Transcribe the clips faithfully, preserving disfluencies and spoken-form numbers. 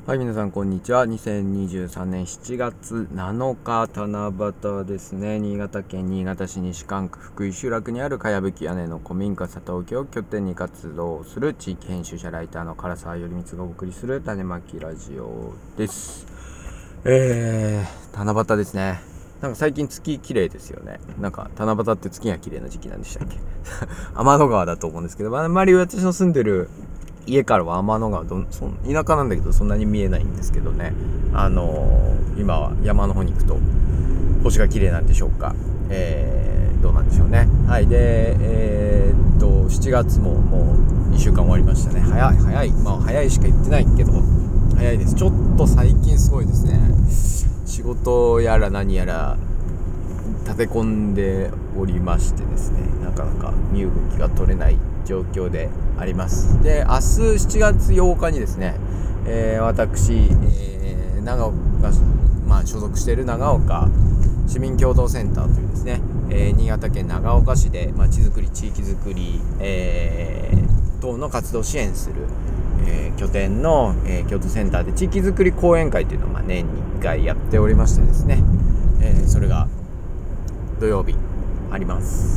はい、皆さんこんにちは。にせんにじゅうさんねんしちがつなのか七夕ですね。新潟県新潟市西蒲区福井集落にあるかやぶき屋根の古民家佐藤家を拠点に活動する地域編集者ライターの唐沢頼光がお送りする種まきラジオです。えー、七夕ですね。なんか最近月綺麗ですよね。なんか七夕って月が綺麗な時期なんでしたっけ天の川だと思うんですけど、あんまり私の住んでる家からは天の川どんそん田舎なんだけどそんなに見えないんですけどね。あのー、今は山の方に行くと星が綺麗なんでしょうか。えー、どうなんでしょうね。はいでえー、っとしちがつももういっしゅうかん終わりましたね。早い早いまあ早いしか言ってないけど早いです。ちょっと最近すごいですね。仕事やら何やら立て込んでおりましてですね、なかなか身動きが取れない状況であります。で、明日しちがつようかにですね、えー、私、えー、長岡、まあ、所属している長岡市民共同センターというですね、えー、新潟県長岡市でまちづくり地域づくり、えー、等の活動を支援する、えー、拠点の、えー、共同センターで地域づくり講演会というのをまあ年にいっかいやっておりましてですね、えー、それが土曜日あります。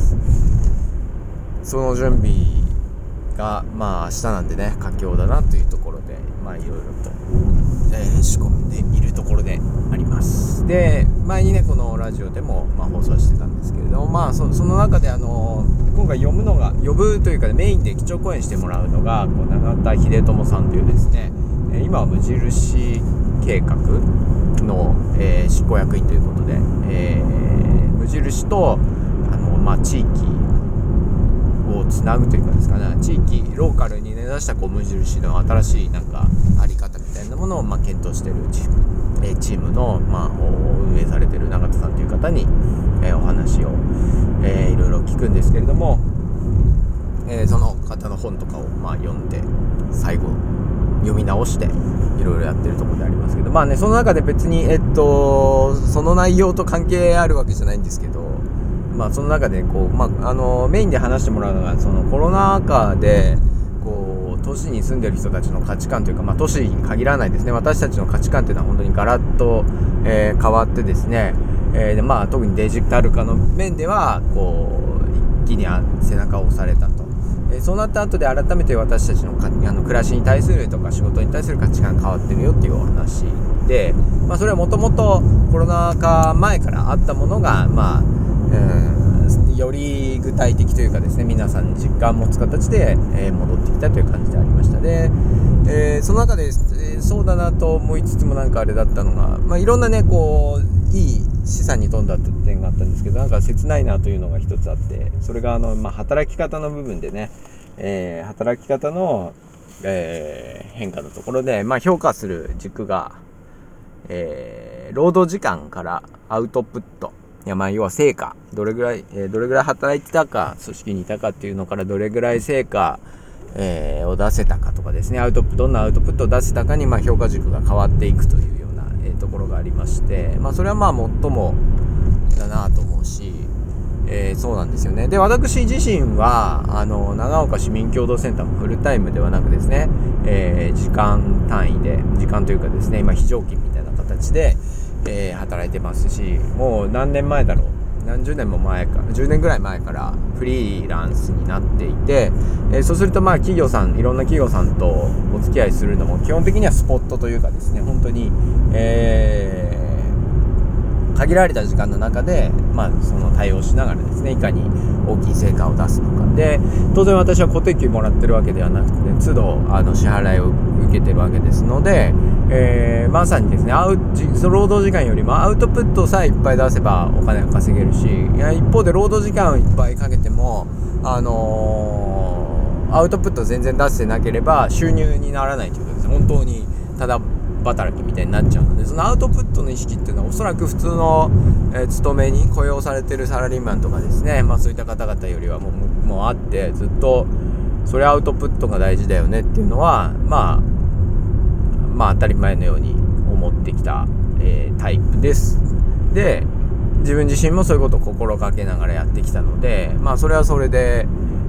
その準備がまあ明日なんでね、佳境だなというところでまあいろいろと、えー、仕込んでいるところであります。で、前にねこのラジオでもまあ放送してたんですけれども、まあ そ, その中であの今回読むのが呼ぶというか、ね、メインで基調講演してもらうのがこう永田秀友さんというですね、今は無印計画の、えー、執行役員ということで、えー無印とあの、まあ、地域をつなぐというかですかね、地域ローカルに根ざしたこう無印の新しいなんかあり方みたいなものをまあ検討しているチーム、えー、チームの、まあ、運営されている永田さんという方に、えー、お話を、えー、いろいろ聞くんですけれども、えー、その方の本とかをまあ読んで最後読み直していろいろやってるところでありますけど、まあね、その中で別にえっとその内容と関係あるわけじゃないんですけど、まあその中でこう、まあ、あのメインで話してもらうのがそのコロナ禍でこう都市に住んでる人たちの価値観というか、まあ都市に限らないですね、私たちの価値観っていうのは本当にガラッと、えー、変わってですね、えーでまあ、特にデジタル化の面ではこう一気に背中を押されたと。えー、そうなった後で改めて私たちのかあの暮らしに対するとか仕事に対する価値観が変わってるよっていうお話で、まあ、それはもともとコロナ禍前からあったものが、まあうん、より具体的というかですね、皆さんに実感を持つ形で、えー、戻ってきたという感じでありましたで、えー、その中で、えー、そうだなと思いつつもなんかあれだったのが、まあ、いろんなねこういい資産に富んだ点があったんですけど、なんか切ないなというのが一つあって、それがあの、まあ、働き方の部分でね、えー、働き方の、えー、変化のところで、まあ、評価する軸が、えー、労働時間からアウトプット、いやまあ要は成果、どれぐらい、えー、どれぐらい働いてたか、組織にいたかっていうのからどれぐらい成果、えー、を出せたかとかですね、アウトプどんなアウトプットを出せたかに、まあ、評価軸が変わっていくというような、えー、ところがありまして、まあ、それはまあ最もだなと思うし、えー、そうなんですよね。で、私自身はあの長岡市民共同センターもフルタイムではなくですね、えー、時間単位で時間というかですね、今非常勤みたいな形で、えー、働いてますし、もう何年前だろう何十年も前かじゅうねんぐらい前からフリーランスになっていて、えー、そうするとまあ企業さんいろんな企業さんとお付き合いするのも基本的にはスポットというかですね、本当に、えー限られた時間の中で、まあ、その対応しながらですね、いかに大きい成果を出すのかで、当然私は固定給もらってるわけではなくて、ね、都度あの支払いを受けてるわけですので、えー、まさにですねアウ労働時間よりもアウトプットさえいっぱい出せばお金が稼げるし、いや一方で労働時間をいっぱいかけても、あのー、アウトプット全然出してなければ収入にならないということです。本当にただ働きみたいになっちゃうので、そのアウトプットの意識っていうのはおそらく普通の、えー、勤めに雇用されているサラリーマンとかですね、まあそういった方々よりはもう、もうあって、ずっとそれアウトプットが大事だよねっていうのはまあまあ当たり前のように思ってきた、えー、タイプです。で、自分自身もそういうことを心がけながらやってきたので、まあそれはそれで、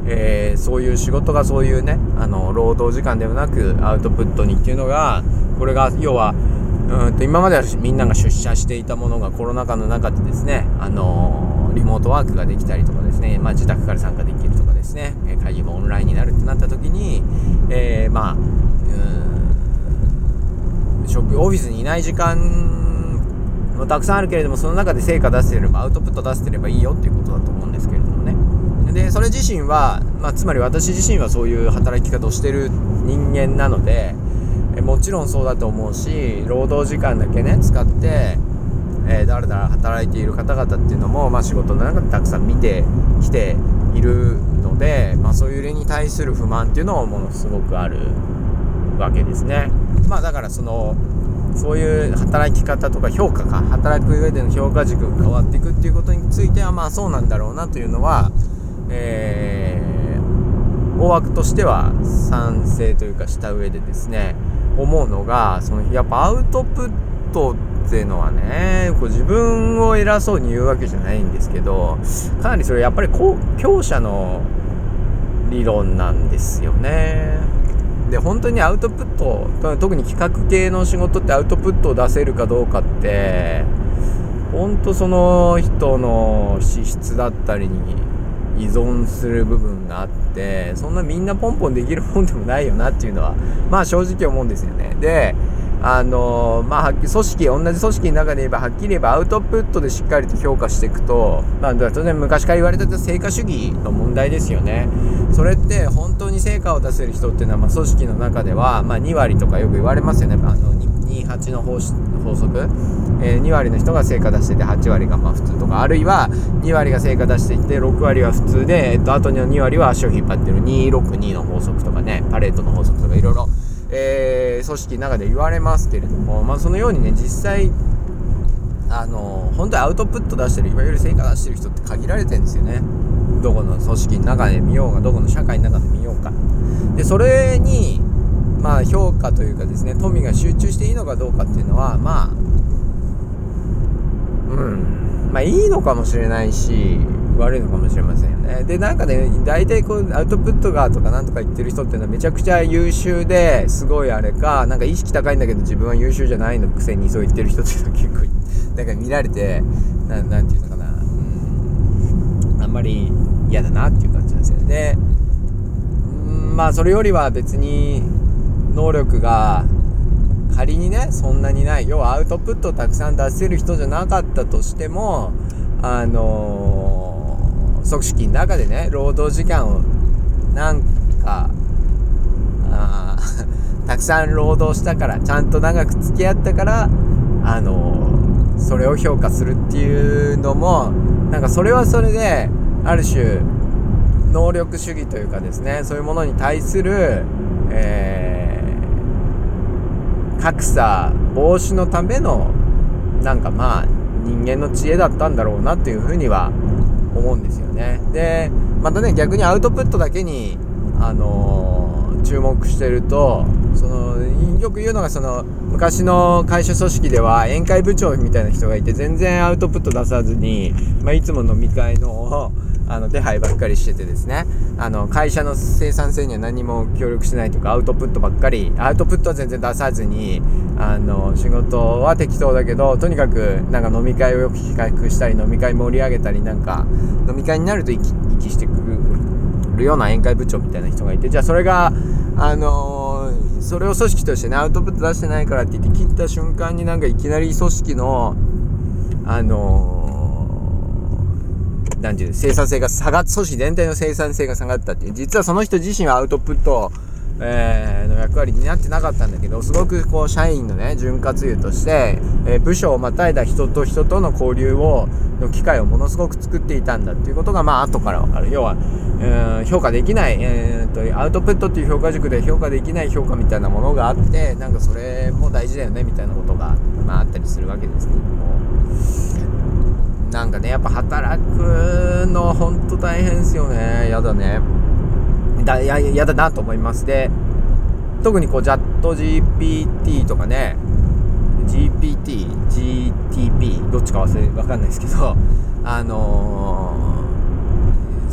えー、そういう仕事がそういうねあの労働時間ではなくアウトプットにっていうのが、これが要はうんと今まではみんなが出社していたものがコロナ禍の中でですね、あのー、リモートワークができたりとかですね、まあ、自宅から参加できるとかですね、会議もオンラインになるってなった時に、えー、まあうん職オフィスにいない時間もたくさんあるけれども、その中で成果出していればアウトプット出してればいいよっていうことだと思うんですけれどもね。でそれ自身は、まあ、つまり私自身はそういう働き方をしている人間なので、えもちろんそうだと思うし、労働時間だけね使って、えー、だらだら働いている方々っていうのも、まあ、仕事の中でたくさん見てきているので、まあ、そういう例に対する不満っていうのもものすごくあるわけですね。まあだからそのそういう働き方とか評価か働く上での評価軸が変わっていくっていうことについては、まあそうなんだろうなというのは、えー、大枠としては賛成というかした上でですね、思うのが、そのやっぱアウトプットっていうのはね、こう自分を偉そうに言うわけじゃないんですけど、かなりそれやっぱり強者の理論なんですよね。で本当にアウトプット、特に企画系の仕事ってアウトプットを出せるかどうかって本当その人の資質だったりに依存する部分があって、そんなみんなポンポンできるもんでもないよなっていうのはまあ正直思うんですよね。であのまあ組織同じ組織の中で言えばはっきり言えばアウトプットでしっかりと評価していくと、まあ、当然昔から言われてた成果主義の問題ですよね。それって本当に成果を出せる人っていうのは、まあ、組織の中では、まあ、に割とかよく言われますよね。あのにはちの法則、えー、に割の人が成果出しててはち割がまあ普通とか、あるいはに割が成果出していてろく割は普通で、えっと、あとのに割は足を引っ張ってるにろくにの法則とかね、パレートの法則とかいろいろえー、組織の中で言われますけれども、まあ、そのようにね実際あの本当にアウトプット出してる、いわゆる成果出してる人って限られてるんですよね。どこの組織の中で見ようがどこの社会の中で見ようか。でそれにまあ評価というかですね、富が集中していいのかどうかっていうのはまあうんまあいいのかもしれないし悪いのかもしれませんよね。でなんかね大体こうアウトプットがとかなんとか言ってる人っていうのはめちゃくちゃ優秀ですごいあれか、なんか意識高いんだけど自分は優秀じゃないのくせにそう言ってる人っていうのは結構なんか見られて な, なんていうのかな、うんあんまり嫌だなっていう感じなんですよね。でうんまあそれよりは別に能力が仮にねそんなにない、要はアウトプットをたくさん出せる人じゃなかったとしても、あのー組織の中でね労働時間をなんかあたくさん労働したから、ちゃんと長く付き合ったから、あのー、それを評価するっていうのもなんかそれはそれである種能力主義というかですね、そういうものに対する、えー、格差防止のためのなんかまあ人間の知恵だったんだろうなっていうふうには思うんですよね。でまたね逆にアウトプットだけに、あのー、注目してると、そのよく言うのがその昔の会社組織では宴会部長みたいな人がいて全然アウトプット出さずに、まあ、いつも飲み会のあの手配ばっかりしててですね、あの会社の生産性には何も協力しないというか、アウトプットばっかりアウトプットは全然出さずに、あの仕事は適当だけどとにかくなんか飲み会をよく企画したり飲み会盛り上げたり、なんか飲み会になると息息してくるような宴会部長みたいな人がいて、じゃあそれがあのー、それを組織としてねアウトプット出してないからって言って切った瞬間になんかいきなり組織のあのーなんていう生産性が下がっ、組織全体の生産性が下がったっていう、実はその人自身はアウトプット、えー、の役割になってなかったんだけど、すごくこう社員のね潤滑油として、えー、部署をまたいだ人と人との交流をの機会をものすごく作っていたんだっていうことがまあ後から分かる。要は、えー、評価できない、えー、とアウトプットっていう評価軸で評価できない評価みたいなものがあって、なんかそれも大事だよねみたいなことが、まあ、あったりするわけですけども、なんかねやっぱ働くのほんと大変ですよね。やだねだややだなと思います。で特にこうチャット ジーピーティー とかね ジーピーティー、ジーティーピー どっちか忘れ分かんないですけど、あのー、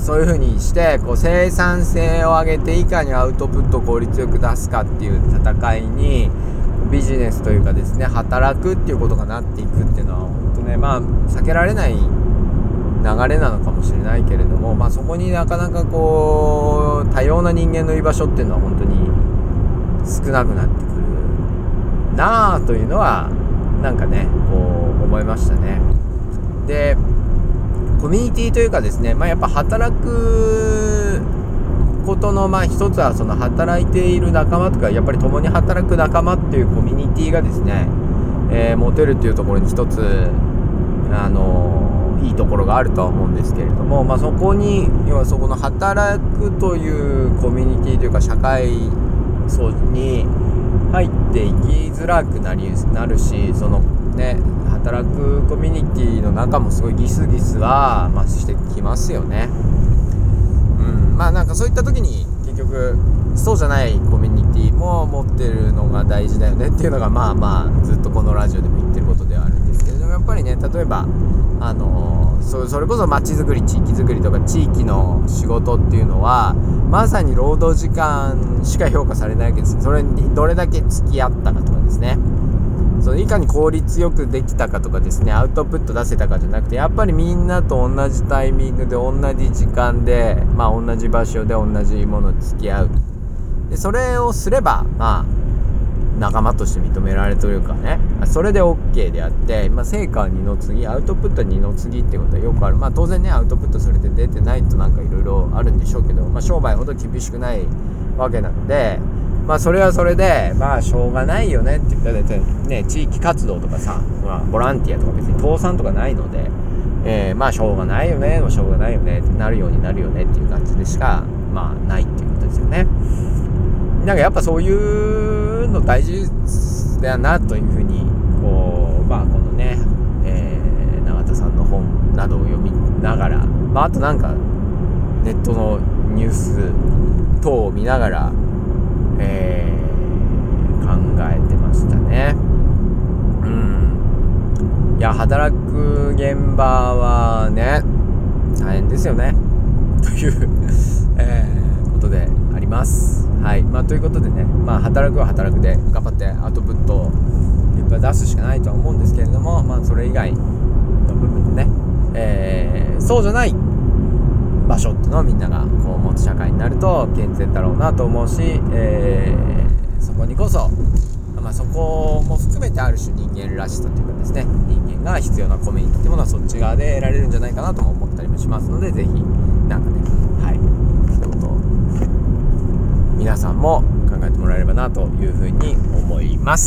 そういう風にしてこう生産性を上げていかにアウトプットを効率よく出すかっていう戦いにビジネスというかですね、働くっていうことがなっていくっていうのは本当ね、まあ避けられない流れなのかもしれないけれども、まあそこになかなかこう多様な人間の居場所っていうのは本当に少なくなってくるなあというのはなんかねこう思いましたね。でコミュニティというかですね、まあ、やっぱ働くことのまあ一つはその働いている仲間とかやっぱり共に働く仲間っていうコミュニティがですね、えー、持てるっていうところに一つあのいいところがあるとは思うんですけれども、まあ、そこに要はそこの働くというコミュニティというか社会層に入っていきづらくなりなるし、そのね働くコミュニティの中もすごいギスギスは、まあ、してきますよね。うん、まあなんかそういった時に結局そうじゃないコミュニティも持ってるのが大事だよねっていうのがまあまあずっとこのラジオでも言ってることではあるんですけれども、やっぱりね例えばあの そ, それこそ街づくり地域づくりとか地域の仕事っていうのはまさに労働時間しか評価されないわけです。それにどれだけ付き合ったかとかですね、そのいかに効率よくできたかとかですね、アウトプット出せたかじゃなくて、やっぱりみんなと同じタイミングで同じ時間で、まあ同じ場所で同じものに付き合う。でそれをすればまあ仲間として認められるというかね、それで OK であって、まあ、成果は二の次、アウトプットは二の次ってことはよくある。まあ当然ねアウトプットそれで出てないとなんかいろいろあるんでしょうけど、まあ商売ほど厳しくないわけなので、まあそれはそれでまあしょうがないよねって言ったらね、地域活動とかさ、まあ、ボランティアとか別に倒産とかないので、えー、まあしょうがないよねしょうがないよねってなるようになるよねっていう感じでしかまあないっていうことですよね。なんかやっぱそういうの大事だなというふうにこうまあこのね、えー、永田さんの本などを読みながら、まああとなんかネットのニュース等を見ながらえー、考えてましたね。うん。いや働く現場はね大変ですよねという、えー、ことであります。はい。まあということでね、まあ働くは働くで頑張ってアウトプットをいっぱい出すしかないとは思うんですけれども、まあそれ以外の部分でね、えー、そうじゃない場所っていうのをみんながこう持つ社会になると健全だろうなと思うし、えー、そこにこそ、まあ、そこも含めてある種人間らしさというかですね、人間が必要なコミュニティっていうものはそっち側で得られるんじゃないかなとも思ったりもしますので、ぜひなんかね、はいそういうことを皆さんも考えてもらえればなというふうに思います。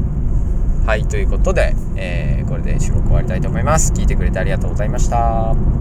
はいということで、えー、これで収録終わりたいと思います。聞いてくれてありがとうございました。